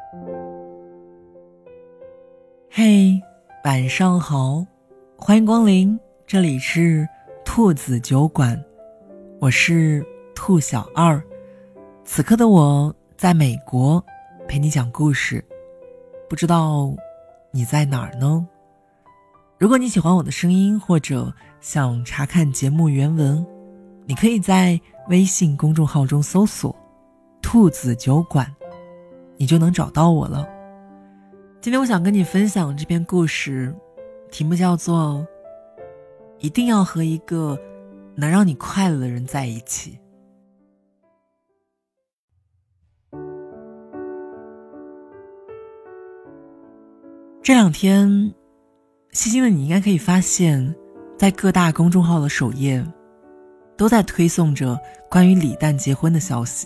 嘿，晚上好，欢迎光临，这里是兔子酒馆，我是兔小二。此刻的我在美国陪你讲故事，不知道你在哪儿呢？如果你喜欢我的声音，或者想查看节目原文，你可以在微信公众号中搜索兔子酒馆，你就能找到我了。今天我想跟你分享这篇故事，题目叫做一定要和一个能让你快乐的人在一起。这两天细心的你应该可以发现，在各大公众号的首页都在推送着关于李诞结婚的消息。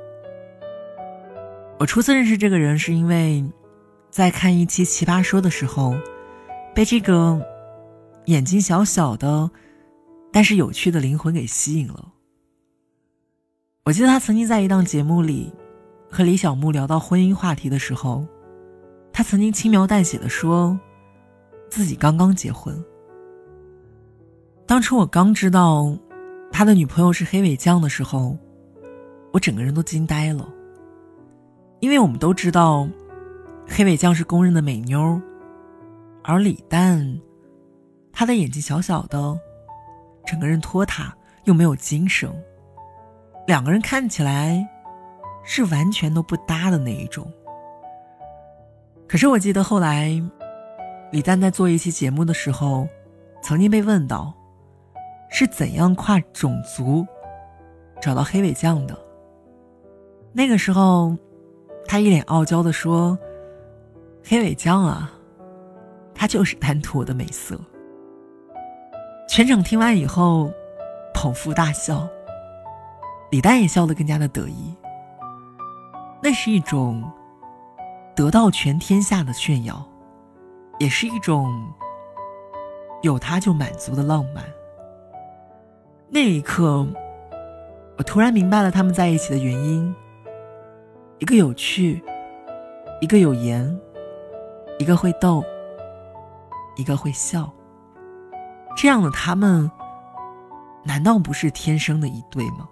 我初次认识这个人是因为在看一期奇葩说的时候，被这个眼睛小小的但是有趣的灵魂给吸引了。我记得他曾经在一档节目里和李小牧聊到婚姻话题的时候，他曾经轻描淡写地说自己刚刚结婚。当初我刚知道他的女朋友是黑尾酱的时候，我整个人都惊呆了。因为我们都知道黑尾酱是公认的美妞，而李诞他的眼睛小小的，整个人拖沓又没有精神，两个人看起来是完全都不搭的那一种。可是我记得后来李诞在做一期节目的时候，曾经被问到是怎样跨种族找到黑尾酱的。那个时候他一脸傲娇地说，黑尾酱啊，他就是贪图我的美色。全场听完以后捧腹大笑，李诞也笑得更加的得意。那是一种得到全天下的炫耀，也是一种有他就满足的浪漫。那一刻我突然明白了他们在一起的原因，一个有趣，一个有颜，一个会逗，一个会笑。这样的他们难道不是天生的一对吗？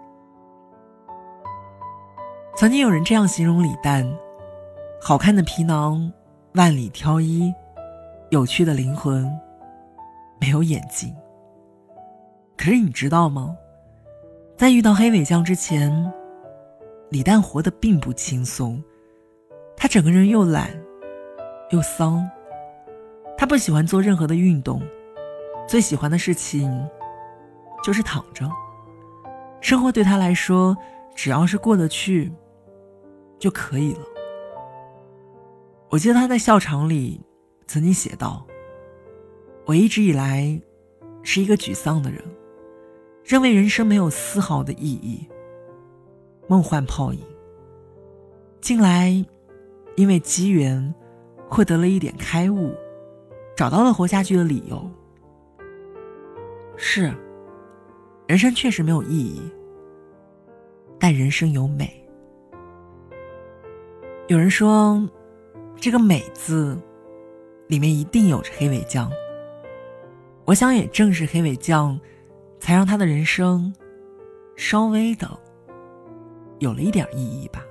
曾经有人这样形容李诞，好看的皮囊万里挑一，有趣的灵魂没有眼睛。可是你知道吗，在遇到黑尾酱之前，李诞活得并不轻松。他整个人又懒又丧，他不喜欢做任何的运动，最喜欢的事情就是躺着。生活对他来说只要是过得去就可以了。我记得他在校场里曾经写道，我一直以来是一个沮丧的人，认为人生没有丝毫的意义，梦幻泡影。近来因为机缘获得了一点开悟，找到了活下去的理由。是，人生确实没有意义，但人生有美。有人说这个美字里面一定有着黑尾酱，我想也正是黑尾酱才让他的人生稍微的有了一点意义吧。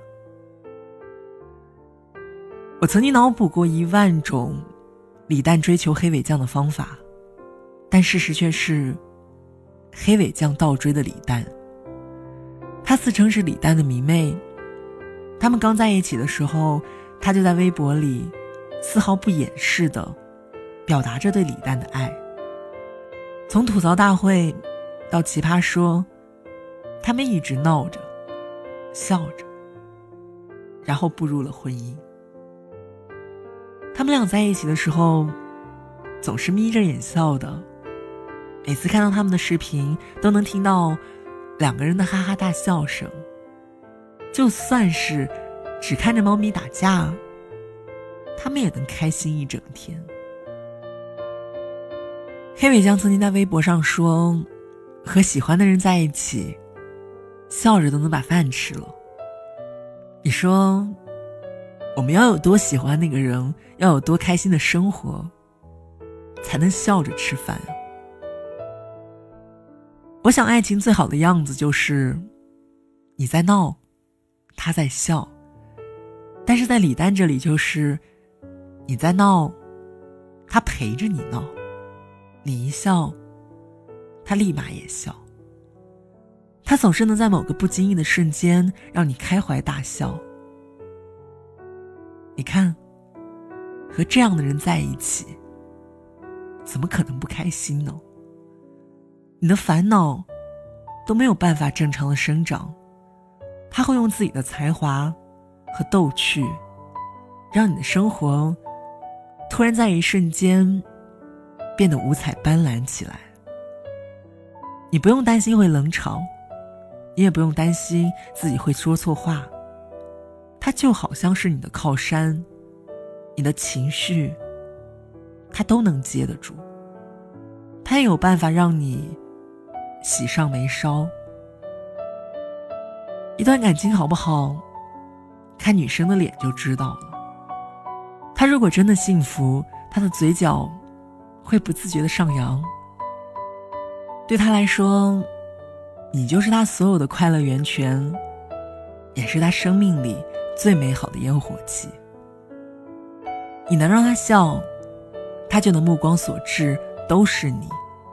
我曾经脑补过10000种李诞追求黑尾酱的方法，但事实却是黑尾酱倒追的李诞。他自称是李诞的迷妹，他们刚在一起的时候，他就在微博里丝毫不掩饰地表达着对李诞的爱。从吐槽大会到奇葩说，他们一直闹着笑着，然后步入了婚姻。他们俩在一起的时候总是眯着眼笑的，每次看到他们的视频都能听到两个人的哈哈大笑声。就算是只看着猫咪打架，他们也能开心一整天。黑尾酱曾经在微博上说，和喜欢的人在一起，笑着都能把饭吃了。你说我们要有多喜欢那个人，要有多开心的生活，才能笑着吃饭啊。我想爱情最好的样子就是你在闹，他在笑，但是在李诞这里就是你在闹，他陪着你闹，你一笑，他立马也笑。他总是能在某个不经意的瞬间让你开怀大笑。你看，和这样的人在一起，怎么可能不开心呢？你的烦恼都没有办法正常的生长，他会用自己的才华和逗趣，让你的生活突然在一瞬间变得五彩斑斓起来。你不用担心会冷场，你也不用担心自己会说错话，他就好像是你的靠山，你的情绪他都能接得住，他也有办法让你喜上眉梢。一段感情好不好，看女生的脸就知道了。她如果真的幸福，她的嘴角会不自觉地上扬。对她来说，你就是她所有的快乐源泉，也是她生命里最美好的烟火气。你能让她笑，她就能目光所至都是你。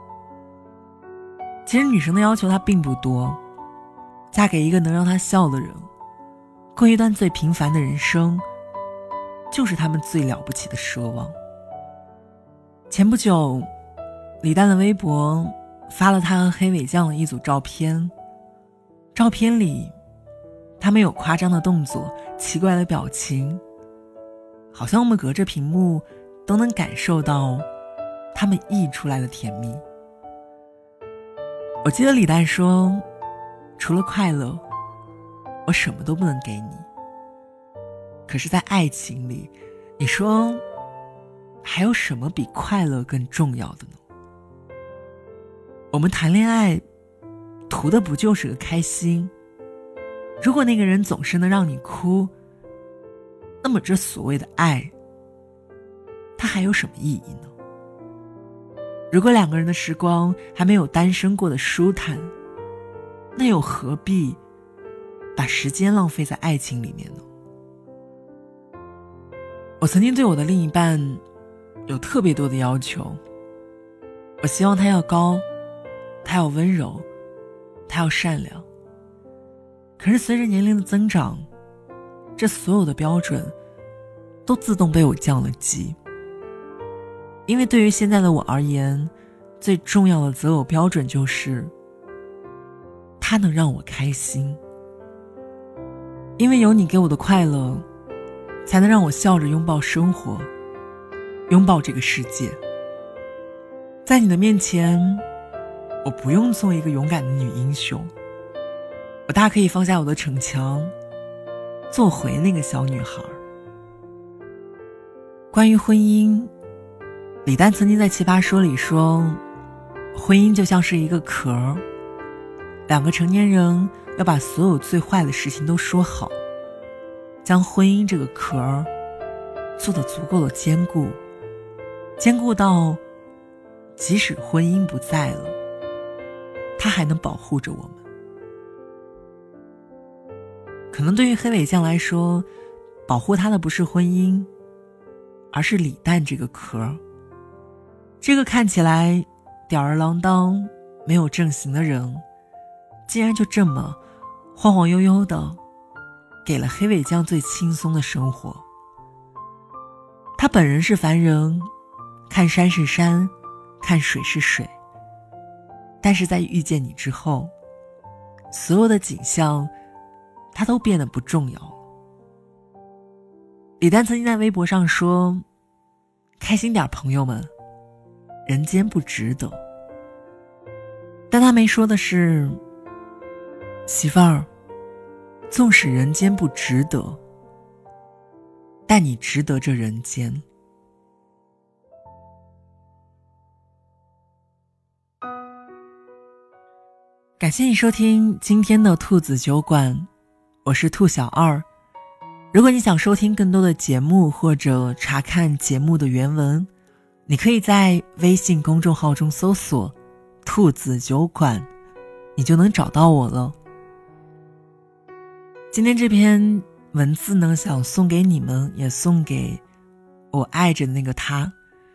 其实女生的要求她并不多，嫁给一个能让她笑的人，过一段最平凡的人生，就是他们最了不起的奢望。前不久，李诞的微博发了他和黑尾酱的一组照片，照片里他们有夸张的动作，奇怪的表情，好像我们隔着屏幕都能感受到他们溢出来的甜蜜。我记得李诞说，除了快乐，我什么都不能给你。可是在爱情里，你说还有什么比快乐更重要的呢？我们谈恋爱图的不就是个开心？如果那个人总是能让你哭，那么这所谓的爱，它还有什么意义呢？如果两个人的时光还没有单身过的舒坦，那又何必把时间浪费在爱情里面呢？我曾经对我的另一半有特别多的要求，我希望他要高，他要温柔，他要善良。可是随着年龄的增长，这所有的标准都自动被我降了级。因为对于现在的我而言，最重要的择偶标准就是他能让我开心。因为有你给我的快乐，才能让我笑着拥抱生活，拥抱这个世界。在你的面前，我不用做一个勇敢的女英雄，我大可以放下我的逞强，做回那个小女孩。关于婚姻，李诞曾经在奇葩说里说，婚姻就像是一个壳，两个成年人要把所有最坏的事情都说好，将婚姻这个壳做得足够的坚固，坚固到即使婚姻不在了，它还能保护着我们。可能对于黑尾酱来说，保护他的不是婚姻，而是李诞这个壳。这个看起来吊儿郎当没有正形的人，竟然就这么晃晃悠悠的给了黑尾酱最轻松的生活。他本人是凡人，看山是山，看水是水，但是在遇见你之后，所有的景象他都变得不重要了。李诞曾经在微博上说，开心点朋友们，人间不值得。但他没说的是，媳妇儿，纵使人间不值得，但你值得这人间。感谢你收听今天的兔子酒馆，我是兔小二。 如果你想收听更多的节目或者查看节目的原文，你可以在微信公众号中搜索兔子酒馆，你就能找到我了。今天这篇文字呢，想送给你们，也送给我爱着的那个他。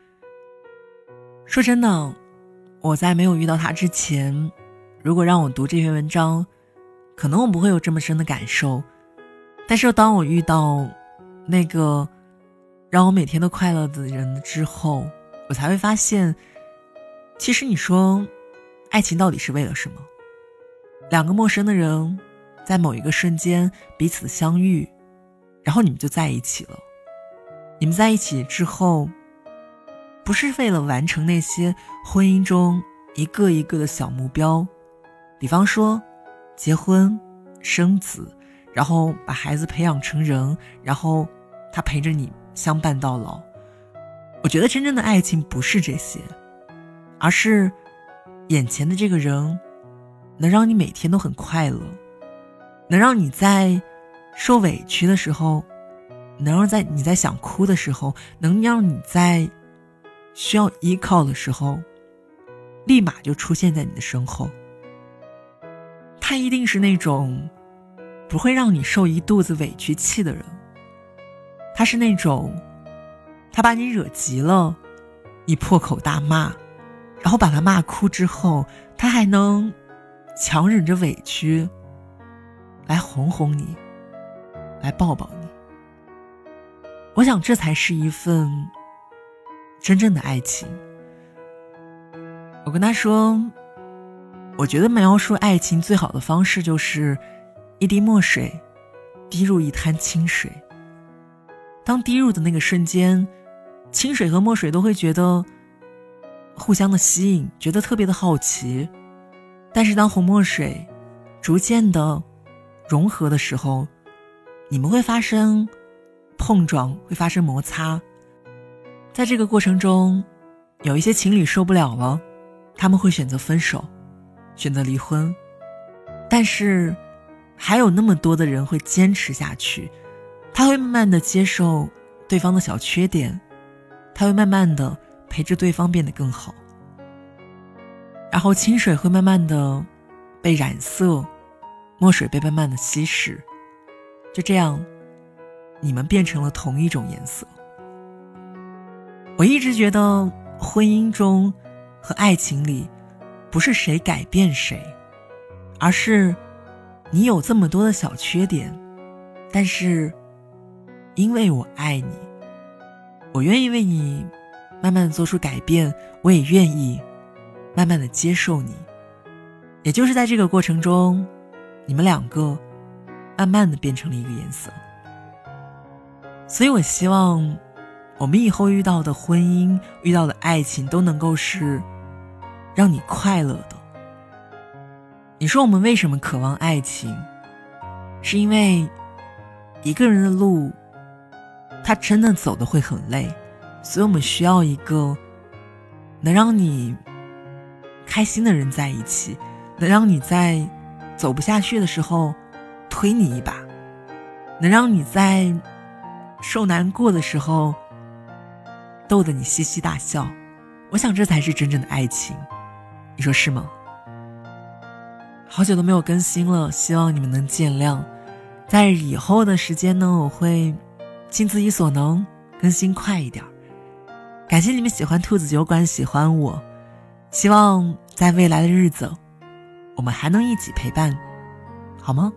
说真的，我在没有遇到他之前，如果让我读这篇文章，可能我不会有这么深的感受。但是当我遇到那个让我每天都快乐的人之后，我才会发现，其实你说爱情到底是为了什么？两个陌生的人在某一个瞬间彼此相遇，然后你们就在一起了。你们在一起之后，不是为了完成那些婚姻中一个一个的小目标，比方说结婚生子，然后把孩子培养成人，然后他陪着你相伴到老。我觉得真正的爱情不是这些，而是眼前的这个人能让你每天都很快乐，能让你在受委屈的时候，能让你在想哭的时候，能让你在需要依靠的时候立马就出现在你的身后。他一定是那种不会让你受一肚子委屈气的人，他是那种他把你惹急了，你破口大骂，然后把他骂哭之后，他还能强忍着委屈来哄哄你，来抱抱你。我想这才是一份真正的爱情。我跟他说，我觉得描述爱情最好的方式就是一滴墨水滴入一滩清水。当滴入的那个瞬间，清水和墨水都会觉得互相的吸引，觉得特别的好奇。但是当红墨水逐渐的融合的时候，你们会发生碰撞，会发生摩擦。在这个过程中，有一些情侣受不了了，他们会选择分手，选择离婚。但是还有那么多的人会坚持下去，他会慢慢的接受对方的小缺点，他会慢慢的陪着对方变得更好。然后清水会慢慢的被染色，墨水被慢慢的稀释，就这样你们变成了同一种颜色。我一直觉得婚姻中和爱情里不是谁改变谁，而是你有这么多的小缺点，但是因为我爱你，我愿意为你慢慢的做出改变，我也愿意慢慢的接受你。也就是在这个过程中，你们两个慢慢的变成了一个颜色。所以我希望我们以后遇到的婚姻，遇到的爱情都能够是让你快乐的。你说我们为什么渴望爱情？是因为一个人的路他真的走得会很累，所以我们需要一个能让你开心的人在一起，能让你在走不下去的时候推你一把，能让你在受难过的时候逗得你嘻嘻大笑。我想这才是真正的爱情，你说是吗？好久都没有更新了，希望你们能见谅。在以后的时间呢，我会尽自己所能更新快一点。感谢你们喜欢兔子酒馆，喜欢我，希望在未来的日子我们还能一起陪伴，好吗？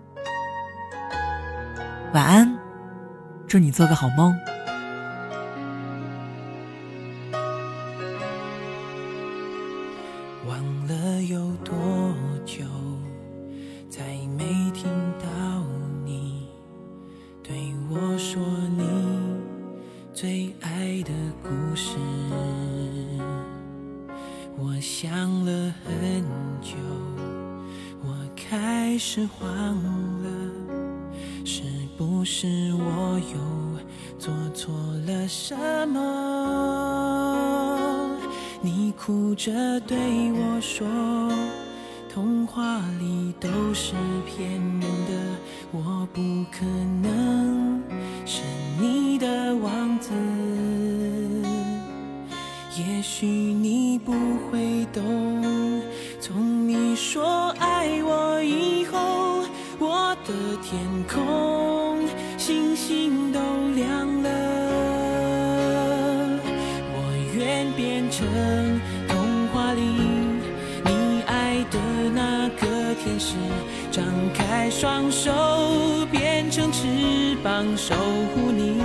晚安，祝你做个好梦。 忘了有多久，再没听到你对我说你最爱的故事。我想了很久，我开始慌了，是不是我又做错了什么？你哭着对我说， 童话里都是骗人的，我不可能是你的王子。也许你不会懂，从你说爱我以后，我的天空星星都亮了。我愿变成童话里你爱的那个天使，张开双手变成翅膀守护你。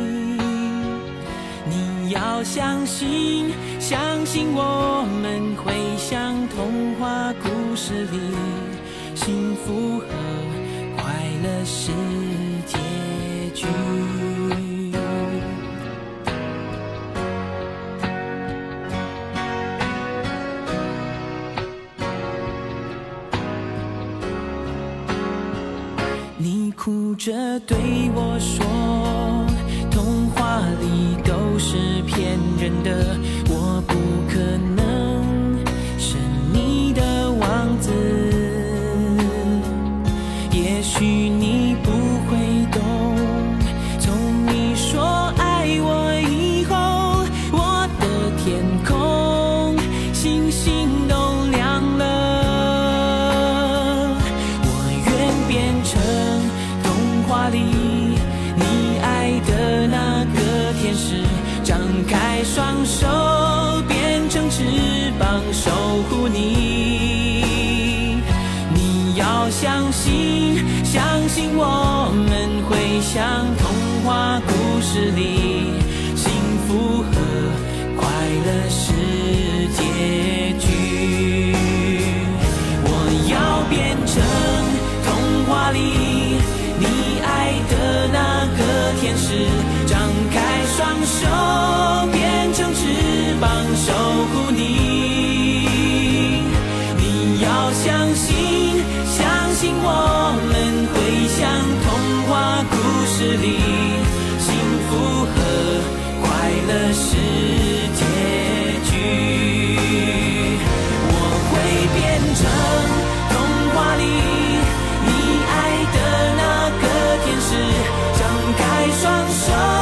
你要相信，相信我们会像童话故事里，幸福和快乐是结局。你哭着对我说，童话里都是骗人的，我不可能是你的王子。也许你不会懂，从你说爱我以后，我的天空星星都亮了。我愿变成童话里你爱的那个天使，张开双手变成翅膀守护你。你要相信，相信我们会像童话故事里，幸福和快乐是结局。我要变成童话里你爱的那个天使，张开双手变成翅膀守护你。你要相信，相信我们会像童话故事里，幸福和快乐是结局。我会变成童话里你爱的那个天使，张开双手